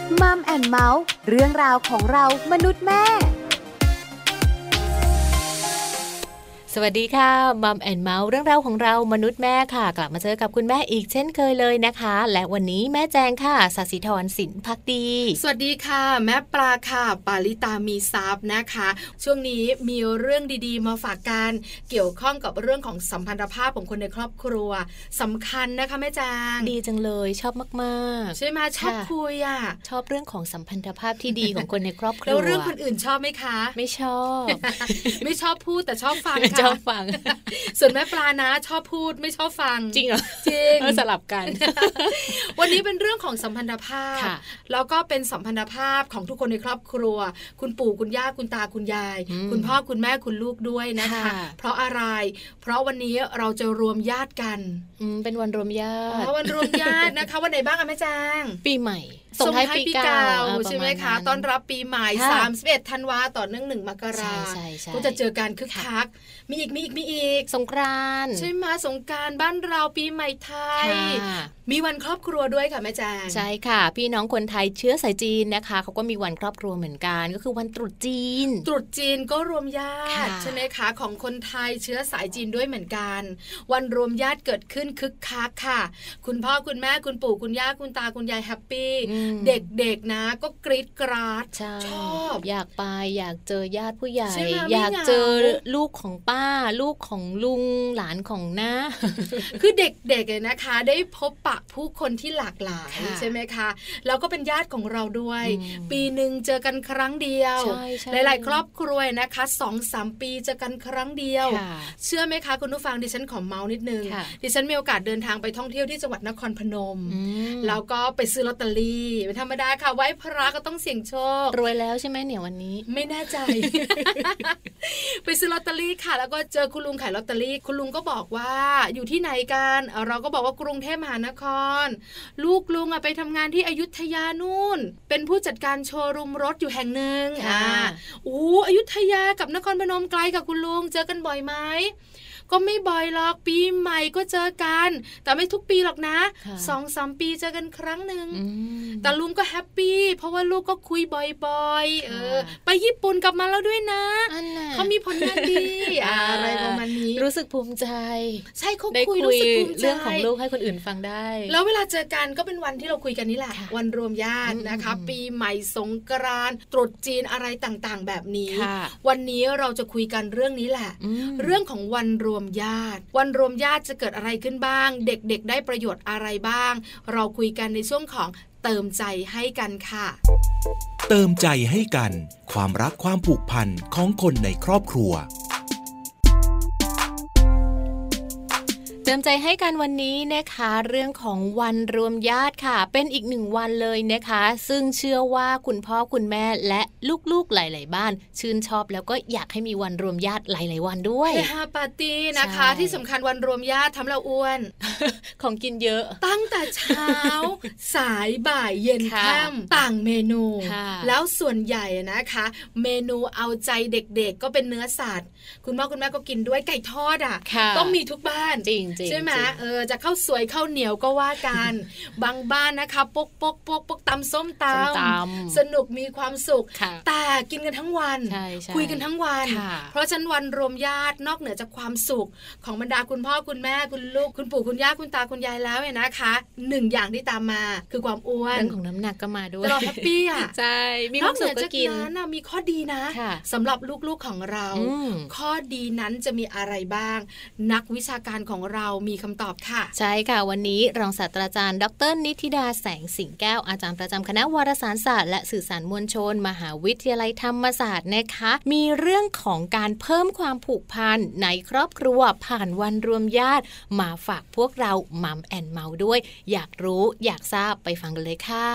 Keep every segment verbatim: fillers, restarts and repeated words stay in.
มัมแอนด์เมาส์เรื่องราวของเรามนุษย์แม่สวัสดีค่ะมัมแอนด์เมาส์เรื่องราวของเรามนุษย์แม่ค่ะกลับมาเจอกับคุณแม่อีกเช่นเคยเลยนะคะและวันนี้แม่แจงค่ะศศิธรสินภักดีสวัสดีค่ะแม่ปลาค่ะปาริตามีซับนะคะช่วงนี้มีเรื่องดีๆมาฝากกันเกี่ยวข้องกับเรื่องของสัมพันธภาพของคนในครอบครัวสำคัญนะคะแม่แจงดีจังเลยชอบมากๆใช่ไหมชอบคุยอ่ะชอบเรื่องของสัมพันธภาพที่ดีของคนในครอบครัวแล้วเรื่องคนอื่นชอบไหมคะไม่ชอบไม่ชอบพูดแต่ชอบฟังค่ะชอบฟังส่วนแม่ปลานะชอบพูดไม่ชอบฟังจริงเหรอจริงสลับกันวันนี้เป็นเรื่องของสัมพันธภาพแล้วก็เป็นสัมพันธภาพของทุกคนในครอบครัวคุณปู่คุณย่าคุณตาคุณยายคุณพ่อคุณแม่คุณลูกด้วยนะคะเพราะอะไรเพราะวันนี้เราจะรวมญาติกันเป็นวันรวมญาติวันรวมญาตินะคะวันไหนบ้างอะแม่แจ้งปีใหม่ส่งท้ายปีเก่าใช่ไหมคะต้อนรับปีใหม่สามสิบเอ็ดธันวาต่อเนื่องหนึ่งมกราคมก็จะเจอกันคึกคักมีอีกมีอีกมีอีกสงกรานต์ใช่ไหมสงกรานต์บ้านเราปีใหม่ไทยมีวันครอบครัวด้วยค่ะแม่แจงใช่ค่ะพี่น้องคนไทยเชื้อสายจีนนะคะเขาก็มีวันครอบครัวเหมือนกันก็คือวันตรุษจีนตรุษจีนก็รวมญาติใช่ไหมคะของคนไทยเชื้อสายจีนด้วยเหมือนกันวันรวมญาติเกิดขึ้นคึกคักค่ะคุณพ่อคุณแม่คุณปู่คุณย่าคุณตาคุณยายแฮปปี้เด็กๆนะก็กรี๊ดกราดชอบอยากไปอยากเจอญาติผู้ใหญ่อยากเจอลูกของป้าลูกของลุงหลานของน้าคือเด็กๆนะคะได้พบปะผู้คนที่หลากหลายใช่ไหมคะแล้วก็เป็นญาติของเราด้วยปีหนึ่งเจอกันครั้งเดียวหลายๆครอบครัวนะคะสองสามปีเจอกันครั้งเดียวเชื่อไหมคะคุณผู้ฟังดิฉันขอเมาส์นิดนึงดิฉันมีโอกาสเดินทางไปท่องเที่ยวที่จังหวัดนครพนมแล้วก็ไปซื้อลอตเตอรี่เป็นธรรมดาค่ะไหว้พระก็ต้องเสี่ยงโชครวยแล้วใช่ไหมเนี่ยวันนี้ไม่แน่ใจ ไปซื้อลอตเตอรี่ค่ะแล้วก็เจอคุณลุงขายลอตเตอรี่คุณลุงก็บอกว่าอยู่ที่ไหนกันเราก็บอกว่ากรุงเทพมหานครลูกลุงอะไปทำงานที่อยุธยานู่นเป็นผู้จัดการโชว์รูมรถอยู่แห่งหนึ่งอ่าโอ้อยุธยากับนครพนมไกลกับคุณลุงเจอกันบ่อยไหมก็ไม่บ่อยหรอกปีใหม่ก็เจอกันแต่ไม่ทุกปีหรอกนะสองสามปีเจอกันครั้งหนึ่งแต่ลุงก็แฮปปี้เพราะว่าลูกก็คุยบ่อยๆเออไปญี่ปุ่นกลับมาแล้วด้วยนะเขามีผลงานดีอะไรประมาณนี้รู้สึกภูมิใจใช่เขาคุยรู้สึกภูมิใจเรื่องของลูกให้คนอื่นฟังได้แล้วเวลาเจอกันก็เป็นวันที่เราคุยกันนี่แหละวันรวมญาตินะคะปีใหม่สงกรานต์ตรุษจีนอะไรต่างๆแบบนี้วันนี้เราจะคุยกันเรื่องนี้แหละเรื่องของวันรวมญาติวันรวมญาติจะเกิดอะไรขึ้นบ้างเด็กๆได้ประโยชน์อะไรบ้างเราคุยกันในช่วงของเติมใจให้กันค่ะเติมใจให้กันความรักความผูกพันของคนในครอบครัวเติมใจให้กันวันนี้นะคะเรื่องของวันรวมญาติค่ะเป็นอีกหนึ่งวันเลยนะคะซึ่งเชื่อว่าคุณพ่อคุณแม่และลูกๆหลายๆบ้านชื่นชอบแล้วก็อยากให้มีวันรวมญาติหลายๆวันด้วยเฮฮาปาร์ตี้นะคะที่สำคัญวันรวมญาติทำเราอ้วนของกินเยอะตั้งแต่เช้า สายบ่ายเย็นค่ำต่างเมนูแล้วส่วนใหญ่นะคะเมนูเอาใจเด็กๆก็เป็นเนื้อสัตว์คุณพ่อคุณแม่ก็กินด้วยไก่ทอดอ่ะต้องมีทุกบ้านจริงใช่ไหมเออจะข้าวสวยข้าวเหนียวก็ว่ากันบางบ้านนะคะปกปกปกปกตำส้มตำสนุกมีความสุขแต่กินกันทั้งวันคุยกันทั้งวันเพราะฉะนั้นวันรวมญาตินอกเหนือจากความสุขของบรรดาคุณพ่อคุณแม่คุณลูกคุณปู่คุณย่าคุณตาคุณยายแล้วเนี่ยนะคะหนึ่งอย่างที่ตามมาคือความอ้วนเรื่องของน้ำหนักก็มาด้วยเราแฮปปี้อ่ะใช่มีความสุขก็กินนมีข้อดีนะสำหรับลูกๆของเราข้อดีนั้นจะมีอะไรบ้างนักวิชาการของเรามีคำตอบค่ะใช่ค่ะวันนี้รองศาสตราจารย์ดร.นิธิดาแสงสิงแก้วอาจารย์ประจำคณะวารสารศาสตร์และสื่อสารมวลชนมหาวิทยาลัยธรรมศาสตร์นะคะมีเรื่องของการเพิ่มความผูกพันในครอบครัวผ่านวันรวมญาติมาฝากพวกเรามัมแอนเมาด้วย อยากรู้อยากทราบไปฟังกันเลยค่ะ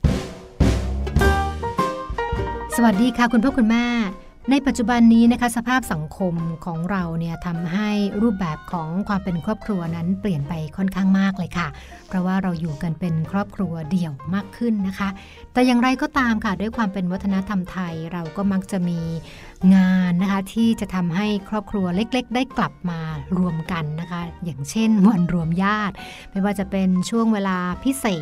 สวัสดีค่ะคุณพ่อคุณแม่ในปัจจุบันนี้นะคะสภาพสังคมของเราเนี่ยทำให้รูปแบบของความเป็นครอบครัวนั้นเปลี่ยนไปค่อนข้างมากเลยค่ะเพราะว่าเราอยู่กันเป็นครอบครัวเดี่ยวมากขึ้นนะคะแต่อย่างไรก็ตามค่ะด้วยความเป็นวัฒนธรรมไทยเราก็มักจะมีงานนะคะที่จะทำให้ครอบครัวเล็กๆได้กลับมารวมกันนะคะอย่างเช่นวันรวมญาติไม่ว่าจะเป็นช่วงเวลาพิเศษ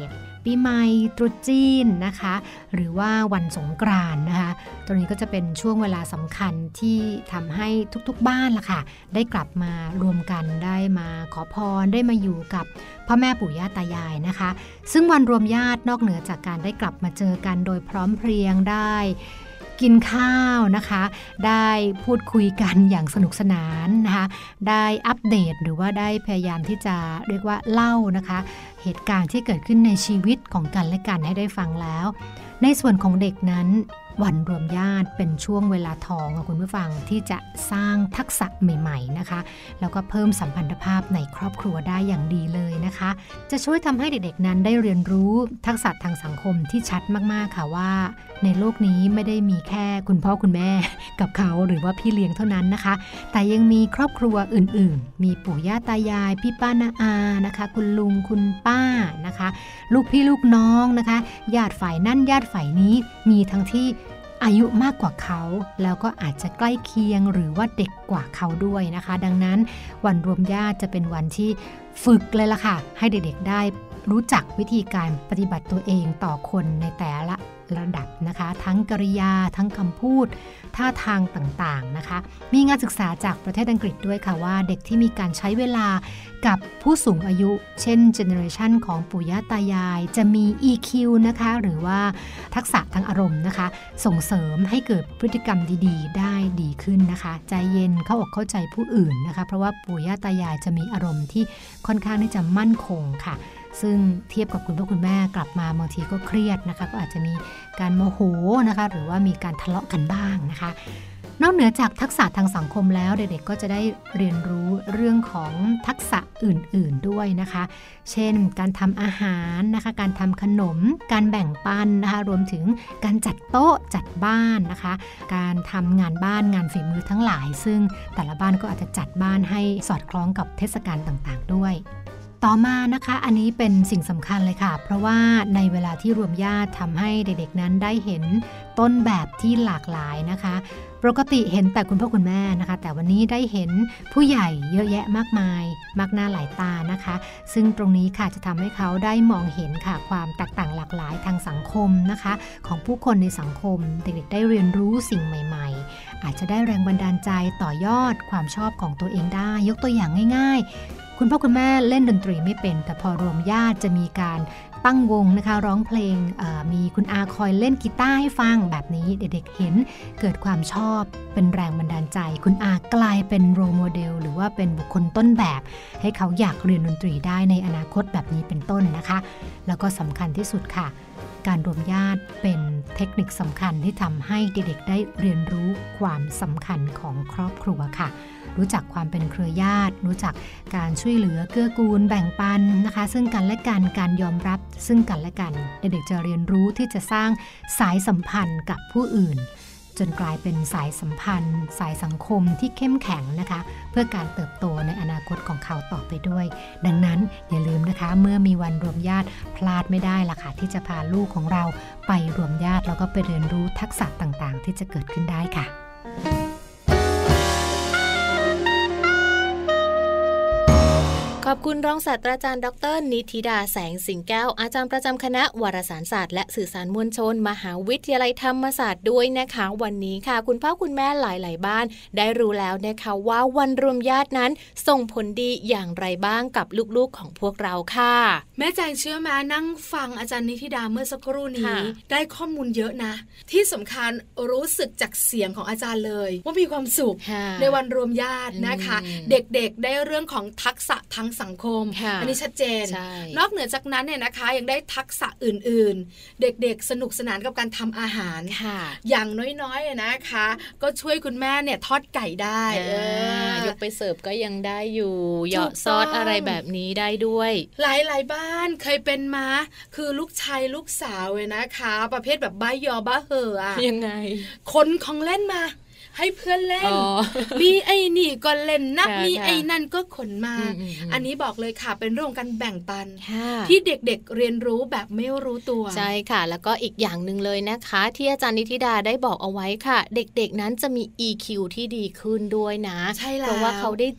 ปีใหม่ตรุษจีนนะคะหรือว่าวันสงกรานต์นะคะตรงนี้ก็จะเป็นช่วงเวลาสำคัญที่ทำให้ทุกๆบ้านล่ะค่ะได้กลับมารวมกันได้มาขอพรได้มาอยู่กับพ่อแม่ปู่ย่าตายายนะคะซึ่งวันรวมญาตินอกเหนือจากการได้กลับมาเจอกันโดยพร้อมเพรียงได้กินข้าวนะคะได้พูดคุยกันอย่างสนุกสนานนะคะได้อัปเดตหรือว่าได้พยายามที่จะเรียกว่าเล่านะคะเหตุการณ์ที่เกิดขึ้นในชีวิตของกันและกันให้ได้ฟังแล้วในส่วนของเด็กนั้นวันรวมญาติเป็นช่วงเวลาทองค่ะคุณผู้ฟังที่จะสร้างทักษะใหม่ๆนะคะแล้วก็เพิ่มสัมพันธภาพในครอบครัวได้อย่างดีเลยนะคะจะช่วยทำให้เด็กๆนั้นได้เรียนรู้ทักษะทางสังคมที่ชัดมากๆค่ะว่าในโลกนี้ไม่ได้มีแค่คุณพ่อคุณแม่กับเขาหรือว่าพี่เลี้ยงเท่านั้นนะคะแต่ยังมีครอบครัวอื่นๆมีปู่ย่าตายายพี่ป้าน้าอานะคะคุณลุงคุณป้านะคะลูกพี่ลูกน้องนะคะญาติฝ่ายนั่นญาติฝ่ายนี้มีทั้งที่อายุมากกว่าเขาแล้วก็อาจจะใกล้เคียงหรือว่าเด็กกว่าเขาด้วยนะคะดังนั้นวันรวมญาติจะเป็นวันที่ฝึกเลยล่ะค่ะให้เด็กๆได้รู้จักวิธีการปฏิบัติตัวเองต่อคนในแต่ละระดับนะคะทั้งกริยาทั้งคำพูดท่าทางต่างๆนะคะมีงานศึกษาจากประเทศอังกฤษด้วยค่ะว่าเด็กที่มีการใช้เวลากับผู้สูงอายุเช่นเจเนอเรชันของปู่ย่าตายายจะมี อี คิว นะคะหรือว่าทักษะทางอารมณ์นะคะส่งเสริมให้เกิดพฤติกรรมดีๆได้ดีขึ้นนะคะใจเย็นเข้าอกเข้าใจผู้อื่นนะคะเพราะว่าปู่ย่าตายายจะมีอารมณ์ที่ค่อนข้างที่จะมั่นคงค่ะซึ่งเทียบกับคุณพ่อคุณแม่กลับมาบางทีก็เครียดนะคะก็อาจจะมีการโมโหนะคะหรือว่ามีการทะเลาะกันบ้างนะคะนอกเหนือจากทักษะทางสังคมแล้วเด็กๆก็จะได้เรียนรู้เรื่องของทักษะอื่นๆด้วยนะคะเช่นการทำอาหารนะคะการทำขนมการแบ่งปันนะคะรวมถึงการจัดโต๊ะจัดบ้านนะคะการทำงานบ้านงานฝีมือทั้งหลายซึ่งแต่ละบ้านก็อาจจะจัดบ้านให้สอดคล้องกับเทศกาลต่างๆด้วยต่อมานะคะอันนี้เป็นสิ่งสำคัญเลยค่ะเพราะว่าในเวลาที่รวมญาติทำให้เด็กๆนั้นได้เห็นต้นแบบที่หลากหลายนะคะปกติเห็นแต่คุณพ่อคุณแม่นะคะแต่วันนี้ได้เห็นผู้ใหญ่เยอะแยะมากมายมากหน้าหลายตานะคะซึ่งตรงนี้ค่ะจะทำให้เขาได้มองเห็นค่ะความแตกต่างหลากหลายทางสังคมนะคะของผู้คนในสังคมเด็กๆได้เรียนรู้สิ่งใหม่ๆอาจจะได้แรงบันดาลใจต่อยอดความชอบของตัวเองได้ยกตัวอย่างง่ายๆคุณพ่อคุณแม่เล่นดนตรีไม่เป็นแต่พอรวมญาติจะมีการตั้งวงนะคะร้องเพลงมีคุณอาคอยเล่นกีตาร์ให้ฟังแบบนี้เด็กๆเห็นเกิดความชอบเป็นแรงบันดาลใจคุณอากลายเป็นโรลโมเดลหรือว่าเป็นบุคคลต้นแบบให้เขาอยากเรียนดนตรีได้ในอนาคตแบบนี้เป็นต้นนะคะแล้วก็สำคัญที่สุดค่ะการรวมญาติเป็นเทคนิคสำคัญที่ทำให้เด็กๆได้เรียนรู้ความสำคัญของครอบครัวค่ะรู้จักความเป็นเครือญาติรู้จักการช่วยเหลือเกื้อกูลแบ่งปันนะคะซึ่งกันและกันการยอมรับซึ่งกันและกันเด็กๆจะเรียนรู้ที่จะสร้างสายสัมพันธ์กับผู้อื่นจนกลายเป็นสายสัมพันธ์สายสังคมที่เข้มแข็งนะคะเพื่อการเติบโตในอนาคตของเขาต่อไปด้วยดังนั้นอย่าลืมนะคะเมื่อมีวันรวมญาติพลาดไม่ได้ล่ะค่ะที่จะพาลูกของเราไปรวมญาติแล้วก็ไปเรียนรู้ทักษะต่างๆที่จะเกิดขึ้นได้ค่ะขอบคุณรองศาสตราจารย์ดรนิธิดาแสงสิงแก้วอาจารย์ประจำคณะวารสารศาสตร์และสื่อสารมวลชนมหาวิทยาลัยธรรมศาสตร์ด้วยนะคะวันนี้ค่ะคุณพ่อคุณแม่หลายๆบ้านได้รู้แล้วนะคะว่าวันรวมญาตินั้นส่งผลดีอย่างไรบ้างกับลูกๆของพวกเราค่ะแม่แจงเชื่อมานั่งฟังอาจารย์นิธิดาเมื่อสักครู่นี้ได้ข้อมูลเยอะนะที่สำคัญรู้สึกจากเสียงของอาจารย์เลยว่ามีความสุขในวันรวมญาตินะคะเด็กๆได้เรื่องของทักษะทั้งสังคมอันนี้ชัดเจนนอกเหนือจากนั้นเนี่ยนะคะยังได้ทักษะอื่นๆเด็กๆสนุกสนานกับการทำอาหารอย่างน้อยๆนะคะก็ช่วยคุณแม่เนี่ยทอดไก่ได้ยกไปเสิร์ฟก็ยังได้อยู่เหยาะซอสอะไรแบบนี้ได้ด้วยหลายๆบ้านเคยเป็นมาคือลูกชายลูกสาวเลยนะคะประเภทแบบบ้ายอบ้าเห่อยังไงคนของเล่นมาให้เพื่อนเล่นมีไอ้นี่ก็เล่นนักมีไอ้นั่นก็ขนมาอันนี้บอกเลยค่ะเป็นเรื่องการแบ่งปันที่เด็กๆ เ, เรียนรู้แบบไม่รู้ตัวใช่ค่ะแล้วก็อีกอย่างหนึ่งเลยนะคะที่อาจารย์นิธิดาได้บอกเอาไว้ค่ะเด็กๆนั้นจะมี อี คิว ที่ดีขึ้นด้วยนะเพราะว่าเขาได้เจอ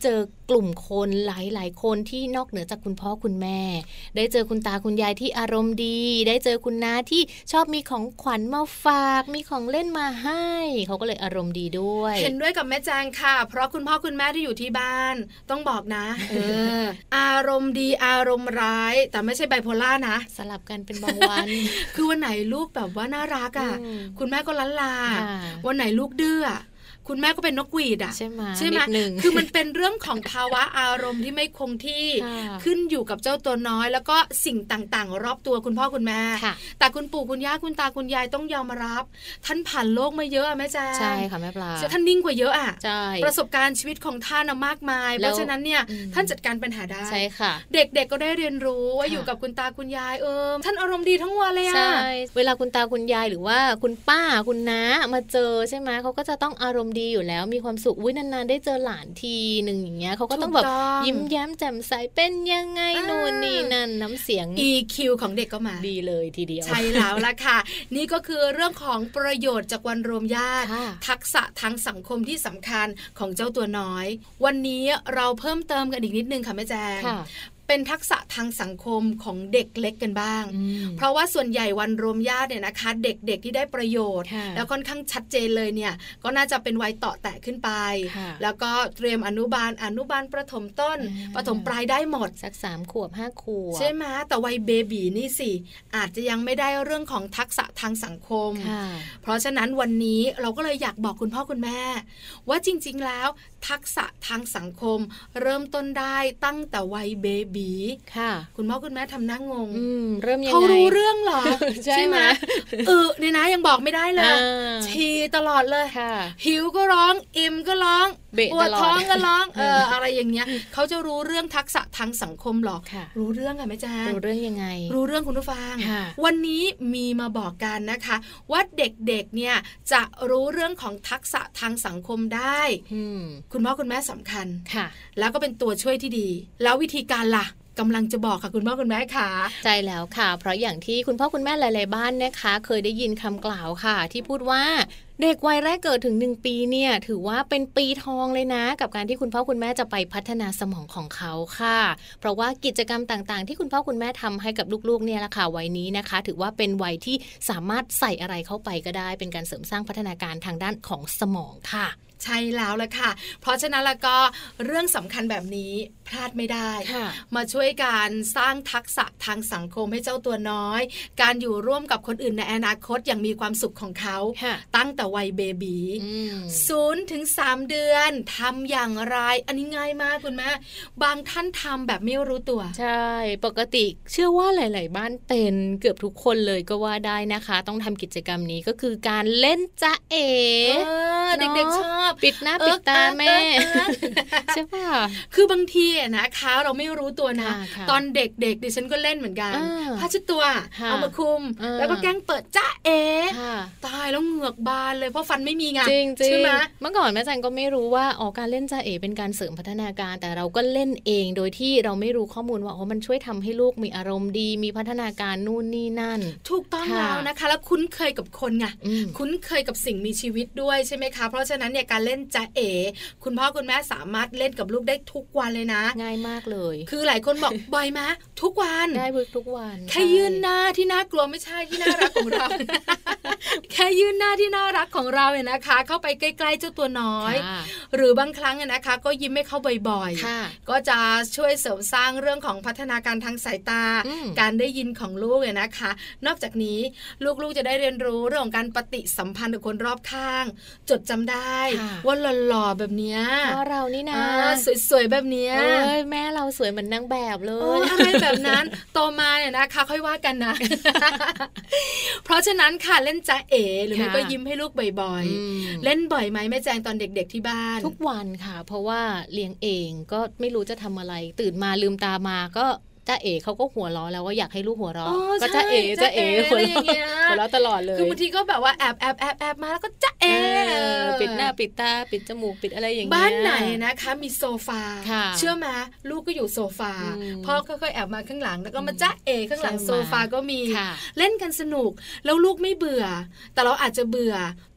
กลุ่มคนหลายๆคนที่นอกเหนือจากคุณพ่อคุณแม่ได้เจอคุณตาคุณยายที่อารมณ์ดีได้เจอคุณน้าที่ชอบมีของขวัญมาฝากมีของเล่นมาให้เขาก็เลยอารมณ์ดีด้วยเห็นด้วยกับแม่แจงค่ะเพราะคุณพ่อคุณแม่ที่อยู่ที่บ้านต้องบอกนะเออ อารมณ์ดีอารมณ์ร้ายแต่ไม่ใช่ไบโพล่านะสลับกันเป็นบางวันคือวันไหนลูกแบบว่าน่ารักอ่ะคุณแม่ก็ล้านลาวันไหนลูกดื้อคุณแม่ก็เป็นนกหวีดอ่ะใช่ไหมใช่ไหมคือมันเป็นเรื่องของภาวะอารมณ์ที่ไม่คงที่ขึ้นอยู่กับเจ้าตัวน้อยแล้วก็สิ่งต่างๆรอบตัวคุณพ่อคุณแม่แต่คุณปู่คุณย่าคุณตาคุณยายต้องยอมรับท่านผ่านโลกมาเยอะแม่แจ้งใช่ค่ะแม่ปลาท่านนิ่งกว่าเยอะอ่ะใช่ประสบการณ์ชีวิตของท่านมากมายเพราะฉะนั้นเนี่ยท่านจัดการปัญหาได้ใช่ค่ะเด็กๆก็ได้เรียนรู้ว่าอยู่กับคุณตาคุณยายเออท่านอารมณ์ดีทั้งวันเลยอ่ะใช่เวลาคุณตาคุณยายหรือว่าคุณป้าคุณน้ามาเจอใช่ไหมเขาก็จะต้องอารมณ์ดีอยู่แล้วมีความสุขอุ้ยนานๆได้เจอหลานทีหนึ่งอย่างเงี้ยเขาก็ต้องแบบยิ้มแย้มแจ่มใสเป็นยังไงนู่นนี่นั่นน้ำเสียงอี คิว ของเด็กก็มาดีเลยทีเดียวใช่แล้วล่ะค่ะนี่ก็คือเรื่องของประโยชน์จากวันรวมญาติทักษะทางสังคมที่สำคัญของเจ้าตัวน้อยวันนี้เราเพิ่มเติมกันอีกนิดนึงค่ะแม่แจงเป็นทักษะทางสังคมของเด็กเล็กกันบ้างเพราะว่าส่วนใหญ่วันรวมญาติเนี่ยนะคะเด็กๆที่ได้ประโยชน์แล้วค่อนข้างชัดเจนเลยเนี่ยก็น่าจะเป็นวัยเต่อแตะขึ้นไปแล้วก็เตรียมอนุบาลอนุบาลประถมต้นประถมปลายได้หมดสักสามขวบห้าขวบใช่ไหมแต่วัยเบบีนี่สิอาจจะยังไม่ได้เรื่องของทักษะทางสังคมเพราะฉะนั้นวันนี้เราก็เลยอยากบอกคุณพ่อคุณแม่ว่าจริงๆแล้วทักษะทางสังคมเริ่มต้นได้ตั้งแต่วัยเบบีค่ะคุณพ่อคุณแม่ทำหน้างงเริ่มยังไงเขารู้เรื่องเหรอ ใช่ไหมเออเนี่ยนะยังบอกไม่ได้เลยชีตลอดเลยหิวก็ร้องอิ่มก็ร้องปวดท้องก็ร้องเอออะไรอย่างเงี้ยเขาจะรู้เรื่องทักษะทางสังคมหรอรู้เรื่องอะแม่แจ้งรู้เรื่องยังไงรู้เรื่องคุณผู้ฟังวันนี้มีมาบอกกันนะคะว่าเด็กๆเนี่ยจะรู้เรื่องของทักษะทางสังคมได้คุณพ่อคุณแม่สำคัญแล้วก็เป็นตัวช่วยที่ดีแล้ววิธีการล่ะกำลังจะบอกค่ะคุณพ่อคุณแม่ค่ะใช่แล้วค่ะเพราะอย่างที่คุณพ่อคุณแม่หลายๆบ้านนะคะเคยได้ยินคำกล่าวค่ะที่พูดว่าเด็กวัยแรกเกิดถึงหนึ่งปีเนี่ยถือว่าเป็นปีทองเลยนะกับการที่คุณพ่อคุณแม่จะไปพัฒนาสมองของเขาค่ะเพราะว่ากิจกรรมต่างๆที่คุณพ่อคุณแม่ทำให้กับลูกๆเนี่ยแหละค่ะวัยนี้นะคะถือว่าเป็นวัยที่สามารถใส่อะไรเข้าไปก็ได้เป็นการเสริมสร้างพัฒนาการทางด้านของสมองค่ะใช่แล้วละค่ะเพราะฉะนั้นแล้วก็เรื่องสำคัญแบบนี้พลาดไม่ได้มาช่วยการสร้างทักษะทางสังคมให้เจ้าตัวน้อยการอยู่ร่วมกับคนอื่นในอนาคตอย่างมีความสุขของเขาตั้งแต่วัยเบบีศูนย์ถึงสามเดือนทำอย่างไรอันนี้ง่ายมากคุณแม่บางท่านทำแบบไม่รู้ตัวใช่ปกติเชื่อว่าหลายๆบ้านเป็นเกือบทุกคนเลยก็ว่าได้นะคะต้องทำกิจกรรมนี้ก็คือการเล่นจ๊ะเอ๋เด็กๆชอบปิดหน้าปิดตาแม่ใช่ป่ะคือบางทีนะคะเราไม่รู้ตัวนะตอนเด็กๆดิฉันก็เล่นเหมือนกันผ้าเช็ดตัวเอามาคุมแล้วก็แกล้งเปิดจ๊ะเอ๋ตายแล้วเหงือกบานเลยเพราะฟันไม่มีไงใช่ไหมเมื่อก่อนแม่จันก็ไม่รู้ว่าอ๋อการเล่นจ๊ะเอ๋เป็นการเสริมพัฒนาการแต่เราก็เล่นเองโดยที่เราไม่รู้ข้อมูลว่าอ๋อมันช่วยทำให้ลูกมีอารมณ์ดีมีพัฒนาการนู่นนี่นั่นถูกต้องแล้วนะคะแล้วคุ้นเคยกับคนไงคุ้นเคยกับสิ่งมีชีวิตด้วยใช่ไหมคะเพราะฉะนั้นเนี่ยการเล่นจ๊ะเอ๋คุณพ่อคุณแม่สามารถเล่นกับลูกได้ทุกวันเลยนะง่ายมากเลยคือหลายคนบอกบ่อยไหมทุกวันได้บึกทุกวันแค่ยื่นหน้าที่น่ากลัวไม่ใช่ที่น่ารักของเรา แค่ยื่นหน้าที่น่ารักของเราเนี่ยนะคะเข้าไปใกล้ๆเจ้าตัวน้อยหรือบางครั้งเนี่ยนะคะก็ยิ้มให้เขาบ่อยๆก็จะช่วยเสริมสร้างเรื่องของพัฒนาการทางสายตาการได้ยินของลูกเนี่ยนะคะนอกจากนี้ลูกๆจะได้เรียนรู้เรื่องของการปฏิสัมพันธ์กับคนรอบข้างจดจำได้ว่าหล่อๆแบบเนี้ยเรานี่นะสวยๆแบบเนี้ยแม่เราสวยเหมือนนางแบบเลยอะไรแบบนั้นโตมาเนี่ยนะคะค่อยว่ากันนะ เพราะฉะนั้นค่ะเล่นจ๊ะเอ๋หรือไม่ก็ยิ้มให้ลูกบ่อยๆเล่นบ่อยไหมแม่แจงตอนเด็กๆที่บ้านทุกวันค่ะเพราะว่าเลี้ยงเองก็ไม่รู้จะทำอะไรตื่นมาลืมตามาก็จ้าเอ๋เขาก็หัวเราะแล้วว่าอยากให้ลูกหัวเราะก็จ้าเอ๋จ้าเอ๋หัวเราะหัวเราะตลอดเลยคือบางทีก็แบบว่าแอบแอบแอบแอบมาแล้วก็จ้าเอ๋ปิดหน้าปิดตาปิดจมูกปิดอะไรอย่างเงี้ยบ้านไหนนะคะมีโซฟาเชื่อไหมลูกก็อยู่โซฟาพ่อค่อยๆแอบมาข้างหลังแล้วก็มาจ้าเอ๋ข้างหลังโซฟาก็มีเล่นกันสนุกแล้วลูกไม่เบื่อแต่เราอาจจะเบื่อโท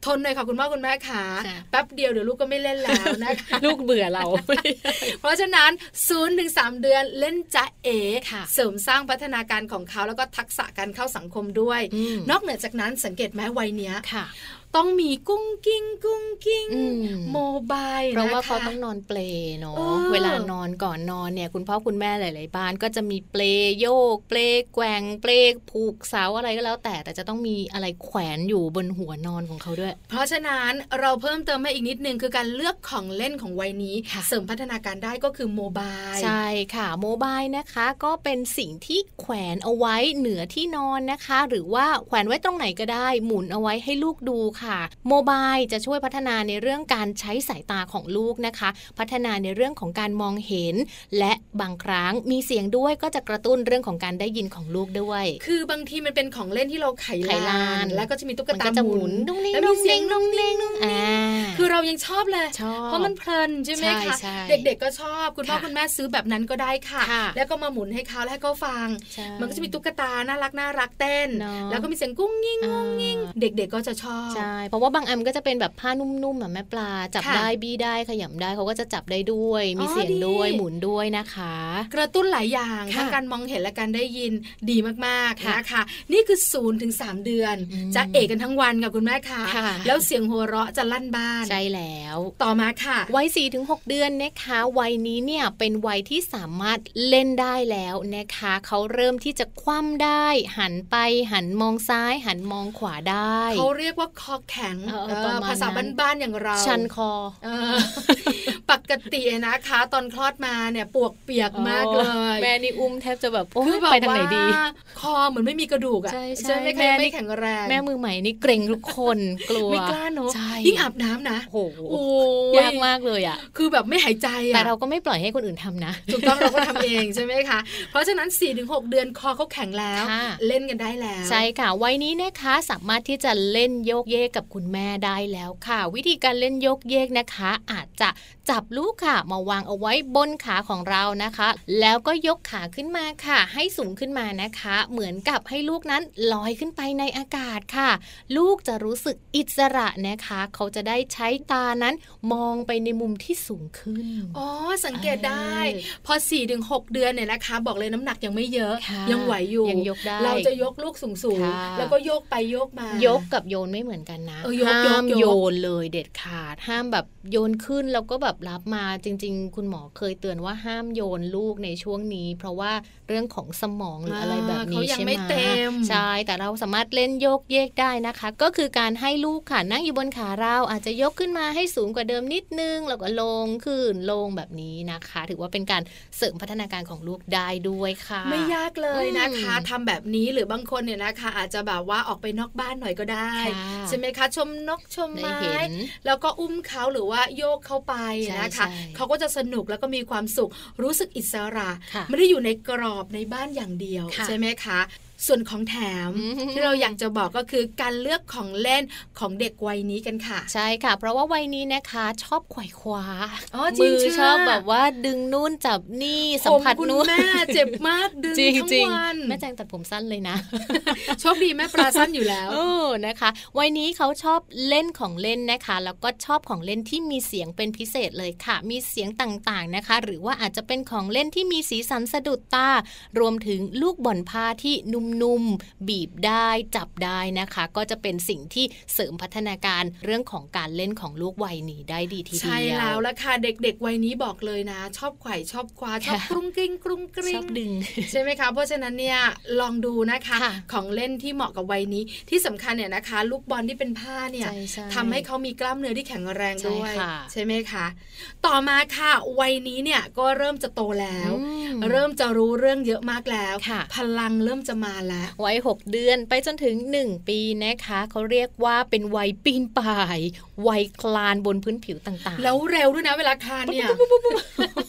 ทนหน่อยค่ะคุณพ่อคุณแม่ขาแป๊บเดียวเดี๋ยวลูกก็ไม่เล่นแล้วนะคะลูกเบื่อเราเพราะฉะนั้น ศูนย์ถึงสาม เดือนเล่นจ๊ะเอ๋เสริมสร้างพัฒนาการของเขาแล้วก็ทักษะการเข้าสังคมด้วยนอกเหนือจากนั้นสังเกตไหมวัยเนี้ยต้องมีกุ้งกิ้งกุ้งกิ้งโมบายเพราะว่าเขาต้องนอนเปลเนาะเวลานอนก่อนนอนเนี่ยคุณพ่อคุณแม่หลายๆบ้านก็จะมีเปลโยกเปลแกว่งเปลผูกเสาอะไรก็แล้วแต่แต่จะต้องมีอะไรแขวนอยู่บนหัวนอนของเขาด้วยเพราะฉะนั้นเราเพิ่มเติมมาอีกนิดนึงคือการเลือกของเล่นของวัยนี้เสริมพัฒนาการได้ก็คือโมบายใช่ค่ะโมบายนะคะก็เป็นสิ่งที่แขวนเอาไว้เหนือที่นอนนะคะหรือว่าแขวนไว้ตรงไหนก็ได้หมุนเอาไว้ให้ลูกดูค่ะโมบายจะช่วยพัฒนาในเรื่องการใช้สายตาของลูกนะคะพัฒนาในเรื่องของการมองเห็นและบางครั้งมีเสียงด้วยก็จะกระตุ้นเรื่องของการได้ยินของลูกด้วยคือบางทีมันเป็นของเล่นที่เราไขลานแล้วก็จะมีตุ๊กตาหมุนแล้วมีเสียงนุ่งนิ่งอ่าคือเรายังชอบเลยเพราะมันเพลินใช่ไหมคะเด็กๆก็ชอบคุณพ่อคุณแม่ซื้อแบบนั้นก็ได้ค่ะแล้วก็มาหมุนให้เขาแล้วให้เขาฟังมันก็จะมีตุ๊กตาน่ารักน่ารักเต้นแล้วก็มีเสียงกุ้งงิ้งกุ้งงิ้งเด็กๆก็จะชอบใช่เพราะว่าบางอันก็จะเป็นแบบผ้านุ่มๆแบบแม่ปลาจับได้บี้ได้ขยำได้เขาก็จะจับได้ด้วยมีเสียงด้วยหมุนด้วยนะคะกระตุ้นหลายอย่างทั้งการมองเห็นและการได้ยินดีมากๆนะคะนี่คือ ศูนย์ถึงสาม เดือนจะเอกกันทั้งวันกับคุณแม่ค่ะแล้วเสียงหัวเราะจะลั่นบ้านใช่แล้วต่อมาค่ะวัย สี่ถึงหก เดือนนะคะวัยนี้เนี่ยเป็นวัยที่สามารถเล่นได้แล้วนะคะเขาเริ่มที่จะคว่ำได้หันไปหันมองซ้ายหันมองขวาได้เขาเรียกว่าคอแข็งภาษาบ้านๆอย่างเราชันคอปกตินะคะตอนคลอดมาเนี่ยปวกเปียกมากเลยแม่นี่อุ้มแทบจะแบบโอ้ยไปทางไหนดีคอเหมือนไม่มีกระดูกอ่ะใช่ไหมแม่ไม่แข็งแรงแม่มือใหม่นี่เกรงทุกคนกลัวไม่กล้าเนอะยิ่งอาบน้ำนะโอ้โหยากมากเลยอ่ะคือแบบไม่หายใจอ่ะแต่เราก็ไม่ปล่อยให้คนอื่นทำนะถูกต้องเราก็ทำเองใช่ไหมคะเพราะฉะนั้น สี่ถึงหก เดือนคอเขาแข็งแล้วเล่นกันได้แล้วใช่ค่ะวัยนี้นะคะสามารถที่จะเล่นโยกเยกกับคุณแม่ได้แล้วค่ะวิธีการเล่นโยกเยกนะคะอาจจะจับลูกค่ะมาวางเอาไว้บนขาของเรานะคะแล้วก็ยกขาขึ้นมาค่ะให้สูงขึ้นมานะคะเหมือนกับให้ลูกนั้นลอยขึ้นไปในอากาศค่ะลูกจะรู้สึกอิสระนะคะเขาจะได้ใช้ตานั้นมองไปในมุมที่สูงขึ้นอ๋อสังเกตได้พอ สี่ถึงหก เดือนเนี่ยนะคะบอกเลยน้ำหนักยังไม่เยอะยังไหวอยู่ยังยกได้เราจะยกลูกสูงๆแล้วก็โยกไปโยกมายกกับโยนไม่เหมือนกันนะห้ามโยนเลยเด็ดขาดห้ามแบบโยนขึ้นแล้วก็แบบรับมาจริงๆคุณหมอเคยเตือนว่าห้ามโยนลูกในช่วงนี้เพราะว่าเรื่องของสมองหรืออะไรแบบนี้ใช่ไหมใช่แต่เราสามารถเล่นโยกเยกได้นะคะก็คือการให้ลูกค่ะนั่งอยู่บนขาเราอาจจะยกขึ้นมาให้สูงกว่าเดิมนิดนึงแล้วก็ลงขึ้นลงแบบนี้นะคะถือว่าเป็นการเสริมพัฒนาการของลูกได้ด้วยค่ะไม่ยากเลยนะคะทำแบบนี้หรือบางคนเนี่ยนะคะอาจจะแบบว่าออกไปนอกบ้านหน่อยก็ได้ใช่ไหมคะชมนกชมไม้แล้วก็อุ้มเขาหรือว่าโยกเข้าไปนะคะเขาก็จะสนุกแล้วก็มีความสุขรู้สึกอิสระไม่ได้อยู่ในกรอบในบ้านอย่างเดียวใช่ไหมคะส่วนของแถมที่เราอยากจะบอกก็คือการเลือกของเล่นของเด็กวัยนี้กันค่ะใช่ค่ะเพราะว่าวัยนี้นะคะชอบไขว่คว้ามือชอบแบบว่าดึงนู่นจับนี่สัมผัสนู่นแม่เจ็บมากดึงทั้งวันแม่แจงตัดผมสั้นเลยนะโชคดีแม่ปลาสั้นอยู่แล้วโอ้นะคะวัยนี้เขาชอบเล่นของเล่นนะคะแล้วก็ชอบของเล่นที่มีเสียงเป็นพิเศษเลยค่ะมีเสียงต่างๆนะคะหรือว่าอาจจะเป็นของเล่นที่มีสีสันสะดุดตารวมถึงลูกบ่อนผ้าที่นุ่มนุ่มบีบได้จับได้นะคะก็จะเป็นสิ่งที่เสริมพัฒนาการเรื่องของการเล่นของลูกวัยนี้ได้ดีทีเดียวใช่แล้วละค่ะเด็กๆวัยนี้บอกเลยนะชอบไขว่ชอบคว้าชอบกรุ้งกริ้งกรุ้งกริ้งชอบดึงใช่ไหมคะเพราะฉะนั้นเนี่ยลองดูนะคะของเล่นที่เหมาะกับวัยนี้ที่สำคัญเนี่ยนะคะลูกบอลที่เป็นผ้าเนี่ยทำให้เขามีกล้ามเนื้อที่แข็งแรงด้วยใช่ไหมคะต่อมาค่ะวัยนี้เนี่ยก็เริ่มจะโตแล้วเริ่มจะรู้เรื่องเยอะมากแล้วพลังเริ่มจะมาแล้ววัยหกเดือนไปจนถึงหนึ่งปีนะคะเขาเรียกว่าเป็นวัยปีนป่ายวัยคลานบนพื้นผิวต่างๆแล้วเร็วด้วยนะเวลาคลานเนี่ย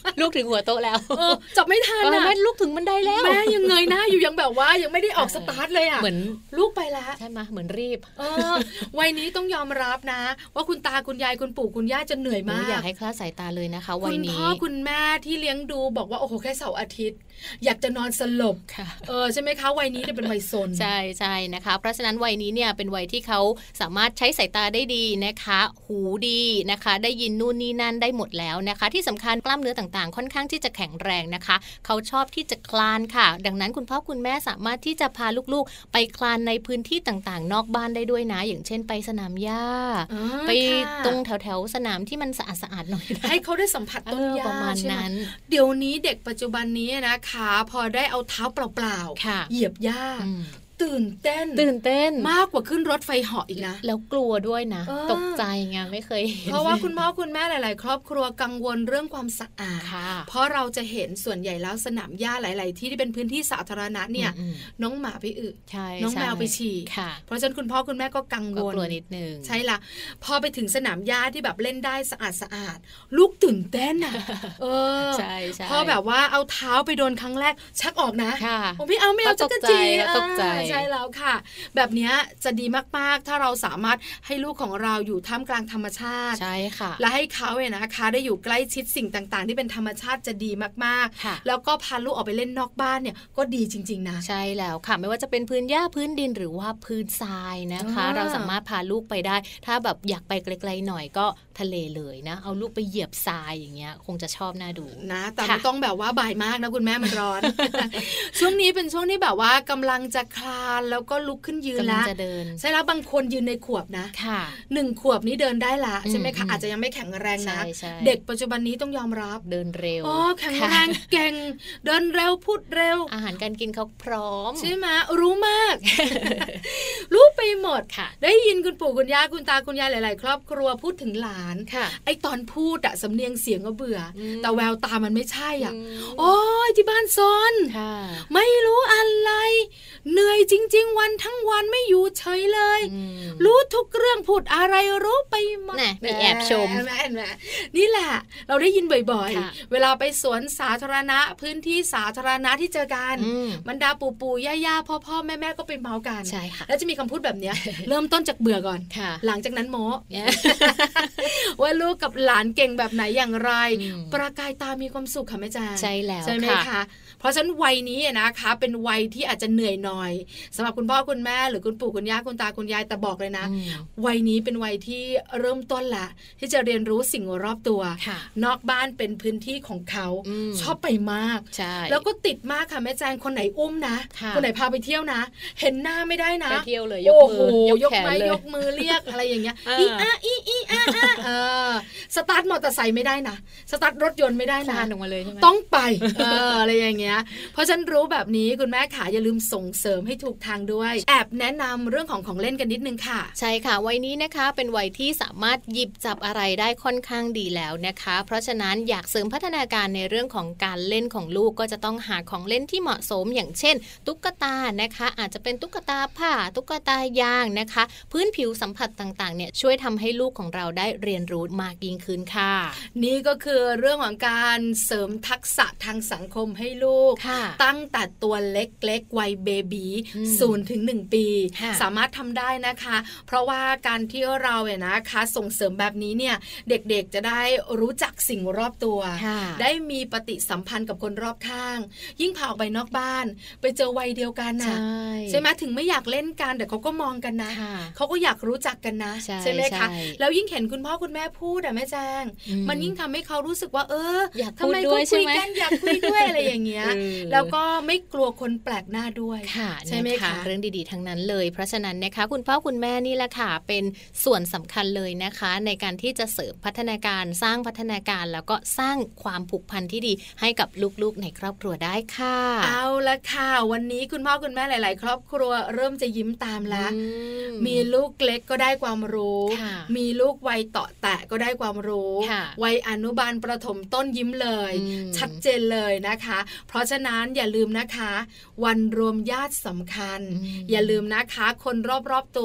ลูกถึงหัวโต๊ะแล้วเออจับไม่ทันอ่ะแม่ลูกถึงบันไดแล้วแม่ยังเงยหน้าอยู่ยังแบบว่ายังไม่ได้ออกสตาร์ทเลยอ่ะเหมือนลูกไปแล้วใช่ไหมเหมือนรีบเออวัยนี้ต้องยอมรับนะว่าคุณตาคุณยายคุณปู่คุณย่าจะเหนื่อยมากอยากให้คลาดสายตาเลยนะคะวัยนี้คุณพ่อคุณแม่ที่เลี้ยงดูบอกว่าโอ้โหแค่เสาร์อาทิตย์อยากจะนอนสลบเออใช่ไหมคะวัยนี้เนี่ยเป็นวัยซนใช่ใช่นะคะเพราะฉะนั้นวัยนี้เนี่ยเป็นวัยที่เขาสามารถใช้สายตาได้ดีนะคะหูดีนะคะได้ยินนู่นนี่นั่นได้หมดแล้วนะคะที่สำคัญกล้ามเนื้อต่างๆค่อนข้างที่จะแข็งแรงนะคะเขาชอบที่จะคลานค่ะดังนั้นคุณพ่อคุณแม่สามารถที่จะพาลูกๆไปคลานในพื้นที่ต่างๆนอกบ้านได้ด้วยนะอย่างเช่นไปสนามหญ้าไปตรงแถวๆสนามที่มันสะอาดๆหน่อยให้เขาได้สัมผัสต้นหญ้าประมาณนั้นเดี๋ยวนี้เด็กปัจจุบันนี้นะคะพอได้เอาเท้าเปล่าๆเหยียบหญ้าตื่นเต้นตื่นเต้นมากกว่าขึ้นรถไฟเหาะอีกนะแล้วกลัวด้วยนะตกใจไงไม่เคยเพราะว่าคุณพ่อคุณแม่หลายๆครอบครัวกังวลเรื่องความสะอาดเพราะเราจะเห็นส่วนใหญ่แล้วสนามหญ้าหลายๆที่ที่เป็นพื้นที่สาธารณะเนี่ยน้องหมาไปอึน้องแมวไปฉี่เพราะฉะนั้นคุณพ่อคุณแม่ก็กังวลกลัวนิดนึงใช่ละพอไปถึงสนามหญ้าที่แบบเล่นได้สะอาดสะอาดลูกตื่นเต้นอ่ะเออใช่ใช่พอแบบว่าเอาเท้าไปโดนครั้งแรกชักออกนะผมไม่เอาไม่เอาตกใจตกใจใช่แล้วค่ะแบบนี้จะดีมากๆถ้าเราสามารถให้ลูกของเราอยู่ท่ามกลางธรรมชาติใช่ค่ะและให้เขาเนี่ยนะคะได้อยู่ใกล้ชิดสิ่งต่างๆที่เป็นธรรมชาติจะดีมากๆแล้วก็พาลูกออกไปเล่นนอกบ้านเนี่ยก็ดีจริงๆนะใช่แล้วค่ะไม่ว่าจะเป็นพื้นหญ้าพื้นดินหรือว่าพื้นทรายนะคะเราสามารถพาลูกไปได้ถ้าแบบอยากไปไกลๆหน่อยก็ทะเลเลยนะเอาลูกไปเหยียบทรายอย่างเงี้ยคงจะชอบน่าดูนะแต่ไม่ต้องแบบว่าบ่ายมากนะคุณแม่มันร้อน ช่วงนี้เป็นช่วงที่แบบว่ากำลังจะคลานแล้วก็ลุกขึ้นยืนแล้วใช่แล้วบางคนยืนในขวบนะหนึ่งขวบนี้เดินได้ละใช่ไหมคะอาจจะยังไม่แข็งแรงนะเด็กปัจจุบันนี้ต้องยอมรับเดินเร็วอ๋อแข็งแรงเก่งเดินเร็วพูดเร็วอาหารการกินเขาพร้อมใช่ไหมรู้มาก รู้ไปหมดได้ยินคุณปู่คุณย่าคุณตาคุณยายหลายๆครอบครัวพูดถึงหลานไอตอนพูดอะสำเนียงเสียงก็เบื่อแต่แววตามันไม่ใช่อ่ะโอ้ยที่บ้านซนไม่รู้อะไรเหนื่อยจริงๆวันทั้งวันไม่อยู่เฉยเลยรู้ทุกเรื่องพูดอะไรรู้ไปหมดมีแอบชมนี่แหละเราได้ยินบ่อยๆเวลาไปสวนสาธารณะพื้นที่สาธารณะที่เจอกันบรรดาปู่ปู่ย่าๆพ่อๆแม่ๆก็ไปเมากันแล้วจะมีคำพูดแบบนี้เริ่มต้นจากเบื่อก่อนหลังจากนั้นโม้ว่าลูกกับหลานเก่งแบบไหนอย่างไรประกายตามีความสุขค่ะแม่จางใช่แล้วใช่ไหมคะเพราะฉะนั้นวัยนี้นะคะเป็นวัยที่อาจจะเหนื่อยหน่อยสำหรับคุณพ่อคุณแม่หรือคุณปู่คุณย่าคุณตาคุณยายแต่บอกเลยนะวัยนี้เป็นวัยที่เริ่มต้นละที่จะเรียนรู้สิ่งรอบตัวนอกบ้านเป็นพื้นที่ของเขาชอบไปมากแล้วก็ติดมากค่ะแม่แจงคนไหนอุ้มนะคนไหนพาไปเที่ยวนะเห็นหน้าไม่ได้นะไปเที่ยวเลยยกมือยกแขนเลยยกมือเรียกอะไรอย่างเงี้ยอีอาอีอีอาเออสตาร์ทมอเตอร์ไซค์ไม่ได้นะสตาร์ทรถยนต์ไม่ได้นะต้องไปเอออะไรอย่างเงี้ยเพราะฉันรู้แบบนี้คุณแม่ขาอย่าลืมส่งเสริมให้ถูกทางด้วยแอบแนะนำเรื่องของของเล่นกันนิดนึงค่ะใช่ค่ะวัยนี้นะคะเป็นวัยที่สามารถหยิบจับอะไรได้ค่อนข้างดีแล้วนะคะเพราะฉะนั้นอยากเสริมพัฒนาการในเรื่องของการเล่นของลูกก็จะต้องหาของเล่นที่เหมาะสมอย่างเช่นตุ๊กตานะคะอาจจะเป็นตุ๊กตาผ้าตุ๊กตายางนะคะพื้นผิวสัมผัสต่างๆเนี่ยช่วยทำให้ลูกของเราได้เรียนรู้มากยิ่งขึ้นค่ะนี่ก็คือเรื่องของการเสริมทักษะทางสังคมให้ลูกตั้งแต่ตัวเล็กๆวัยเบบีศูนย์ถึงหนึ่งปีสามารถทำได้นะคะเพราะว่าการที่เราเนี่ยนะคะส่งเสริมแบบนี้เนี่ยเด็กๆจะได้รู้จักสิ่งรอบตัวได้มีปฏิสัมพันธ์กับคนรอบข้างยิ่งพาออกไปนอกบ้านไปเจอวัยเดียวกันนะใช่ไหมถึงไม่อยากเล่นกันแต่เขาก็มองกันนะเขาก็อยากรู้จักกันนะใช่ไหมคะแล้วยิ่งเห็นคุณพ่อคุณแม่พูดอะแม่แจงมันยิ่งทำให้เขารู้สึกว่าเออทำไมเขาคุยกันอยากคุยด้วยอะไรอย่างเงี้ยแล้วก็ไม่กลัวคนแปลกหน้าด้วยใช่ไหมคะเรื่องดีๆทั้งนั้นเลยเพราะฉะนั้นนะคะคุณพ่อคุณแม่นี่แหละค่ะเป็นส่วนสำคัญเลยนะคะในการที่จะเสริมพัฒนาการสร้างพัฒนาการแล้วก็สร้างความผูกพันที่ดีให้กับลูกๆในครอบครัวได้ค่ะเอาละค่ะวันนี้คุณพ่อคุณแม่หลายๆครอบครัวเริ่มจะยิ้มตามแล้วมีลูกเล็กก็ได้ความรู้มีลูกวัยเตาะแตะก็ได้ความรู้วัยอนุบาลประถมต้นยิ้มเลยชัดเจนเลยนะคะเพราะฉะนั้นอย่าลืมนะคะวันรวมญาติสำคัญอย่าลืมนะคะคนรอบๆตัว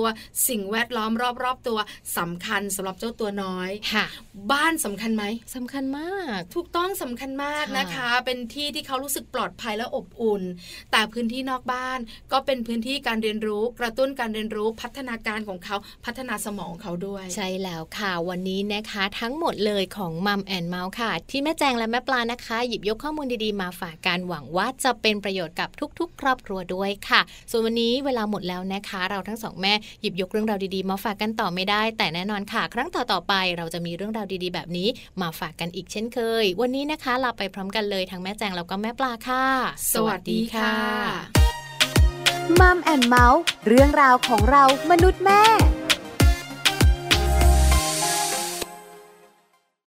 สิ่งแวดล้อมรอบๆตัวสำคัญสำหรับเจ้าตัวน้อยค่ะบ้านสำคัญไหมสำคัญมากถูกต้องสำคัญมากนะคะเป็นที่ที่เขารู้สึกปลอดภัยและอบอุ่นแต่พื้นที่นอกบ้านก็เป็นพื้นที่การเรียนรู้กระตุ้นการเรียนรู้พัฒนาการของเขาพัฒนาสมองของเขาด้วยใช่แล้วค่ะวันนี้นะคะทั้งหมดเลยของมัมแอนเมาส์ค่ะที่แม่แจงและแม่ปลานะคะหยิบยกข้อมูลดีๆมาฝากกันหวังว่าจะเป็นประโยชน์กับทุกๆครอบครัวด้วยค่ะส่วนวันนี้เวลาหมดแล้วนะคะเราทั้งสองแม่หยิบยกเรื่องราวดีๆมาฝากกันต่อไม่ได้แต่แน่นอนค่ะครั้งต่อๆไปเราจะมีเรื่องราวดีๆแบบนี้มาฝากกันอีกเช่นเคยวันนี้นะคะลาไปพร้อมกันเลยทั้งแม่แจงแล้วก็แม่ปลาค่ะสวัสดีค่ะมัมแอนเมาส์เรื่องราวของเรามนุษย์แม่